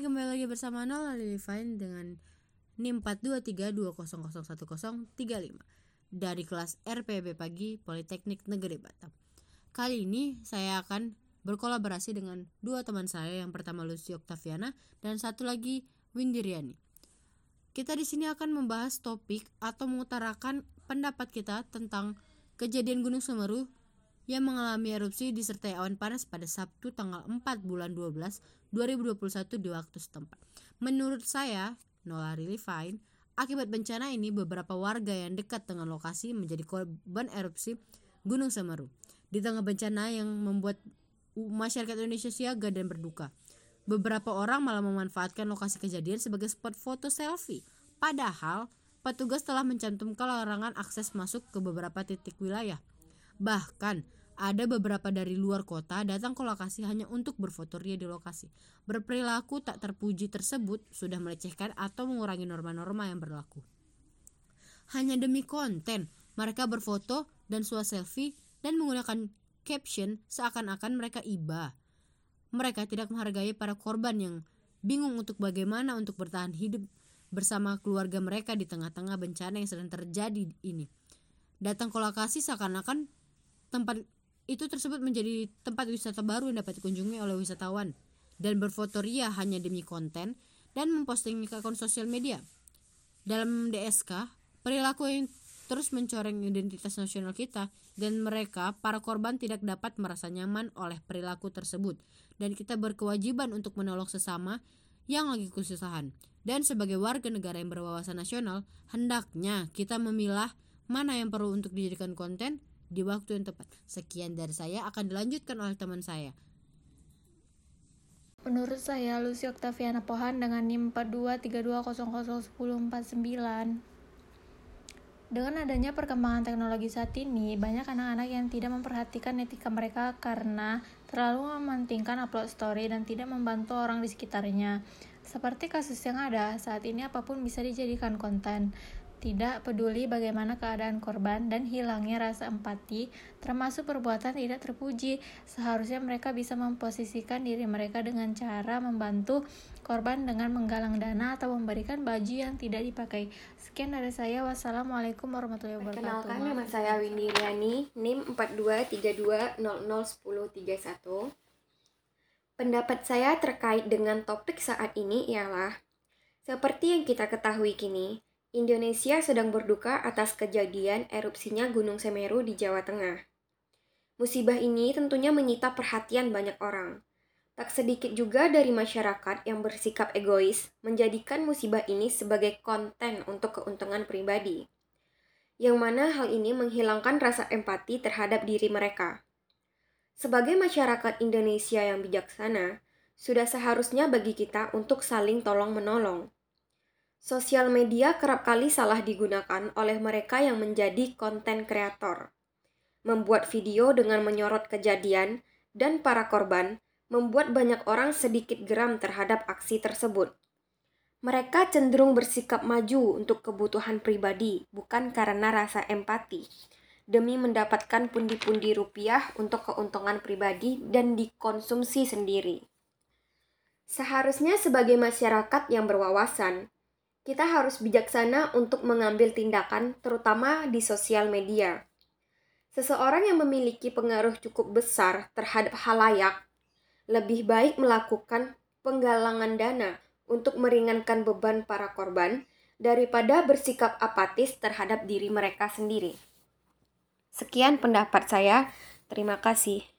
kembali lagi bersama Nola Lilifine dengan NIM 42320011035 dari kelas RPB Pagi Politeknik Negeri Batam. Kali ini saya akan berkolaborasi dengan dua teman saya, yang pertama Lucy Oktaviana dan satu lagi Windy Riani. Kita di sini akan membahas topik atau mengutarakan pendapat kita tentang kejadian Gunung Semeru yang mengalami erupsi disertai awan panas pada Sabtu tanggal 4 bulan 12 2021 di waktu setempat. Menurut saya, Nola Lilifine, akibat bencana ini beberapa warga yang dekat dengan lokasi menjadi korban erupsi Gunung Semeru. Di tengah bencana yang membuat masyarakat Indonesia siaga dan berduka, beberapa orang malah memanfaatkan lokasi kejadian sebagai spot foto selfie. Padahal petugas telah mencantumkan larangan akses masuk ke beberapa titik wilayah. Bahkan ada beberapa dari luar kota datang ke lokasi hanya untuk berfoto ria di lokasi. Berperilaku tak terpuji tersebut sudah melecehkan atau mengurangi norma-norma yang berlaku. Hanya demi konten, mereka berfoto dan selfie dan menggunakan caption seakan-akan mereka iba. Mereka tidak menghargai para korban yang bingung untuk bagaimana untuk bertahan hidup bersama keluarga mereka di tengah-tengah bencana yang sedang terjadi ini. Datang ke lokasi seakan-akan tempat itu tersebut menjadi tempat wisata baru yang dapat dikunjungi oleh wisatawan, dan berfoto ria hanya demi konten dan memposting ke akun sosial media. Dalam DSK, perilaku yang terus mencoreng identitas nasional kita, dan mereka, para korban, tidak dapat merasa nyaman oleh perilaku tersebut, dan kita berkewajiban untuk menolong sesama yang lagi kesusahan. Dan sebagai warga negara yang berwawasan nasional, hendaknya kita memilah mana yang perlu untuk dijadikan konten di waktu yang tepat. Sekian dari saya, akan dilanjutkan oleh teman saya. Menurut saya, Lucy Oktaviana Pohan dengan NIM 42320011049. Dengan adanya perkembangan teknologi saat ini, banyak anak-anak yang tidak memperhatikan etika mereka karena terlalu mementingkan upload story dan tidak membantu orang di sekitarnya. Seperti kasus yang ada, saat ini apapun bisa dijadikan konten. Tidak peduli bagaimana keadaan korban dan hilangnya rasa empati, termasuk perbuatan tidak terpuji. Seharusnya mereka bisa memposisikan diri mereka dengan cara membantu korban dengan menggalang dana atau memberikan baju yang tidak dipakai. Sekian dari saya. Wassalamualaikum warahmatullahi wabarakatuh. Perkenalkan, nama saya Windy Riani, NIM 42320011031. Pendapat saya terkait dengan topik saat ini ialah, seperti yang kita ketahui kini, Indonesia sedang berduka atas kejadian erupsinya Gunung Semeru di Jawa Tengah. Musibah ini tentunya menyita perhatian banyak orang. Tak sedikit juga dari masyarakat yang bersikap egois menjadikan musibah ini sebagai konten untuk keuntungan pribadi, yang mana hal ini menghilangkan rasa empati terhadap diri mereka. Sebagai masyarakat Indonesia yang bijaksana, sudah seharusnya bagi kita untuk saling tolong-menolong. Sosial media kerap kali salah digunakan oleh mereka yang menjadi konten kreator. Membuat video dengan menyorot kejadian dan para korban membuat banyak orang sedikit geram terhadap aksi tersebut. Mereka cenderung bersikap maju untuk kebutuhan pribadi, bukan karena rasa empati, demi mendapatkan pundi-pundi rupiah untuk keuntungan pribadi dan dikonsumsi sendiri. Seharusnya sebagai masyarakat yang berwawasan, kita harus bijaksana untuk mengambil tindakan, terutama di sosial media. Seseorang yang memiliki pengaruh cukup besar terhadap khalayak lebih baik melakukan penggalangan dana untuk meringankan beban para korban daripada bersikap apatis terhadap diri mereka sendiri. Sekian pendapat saya. Terima kasih.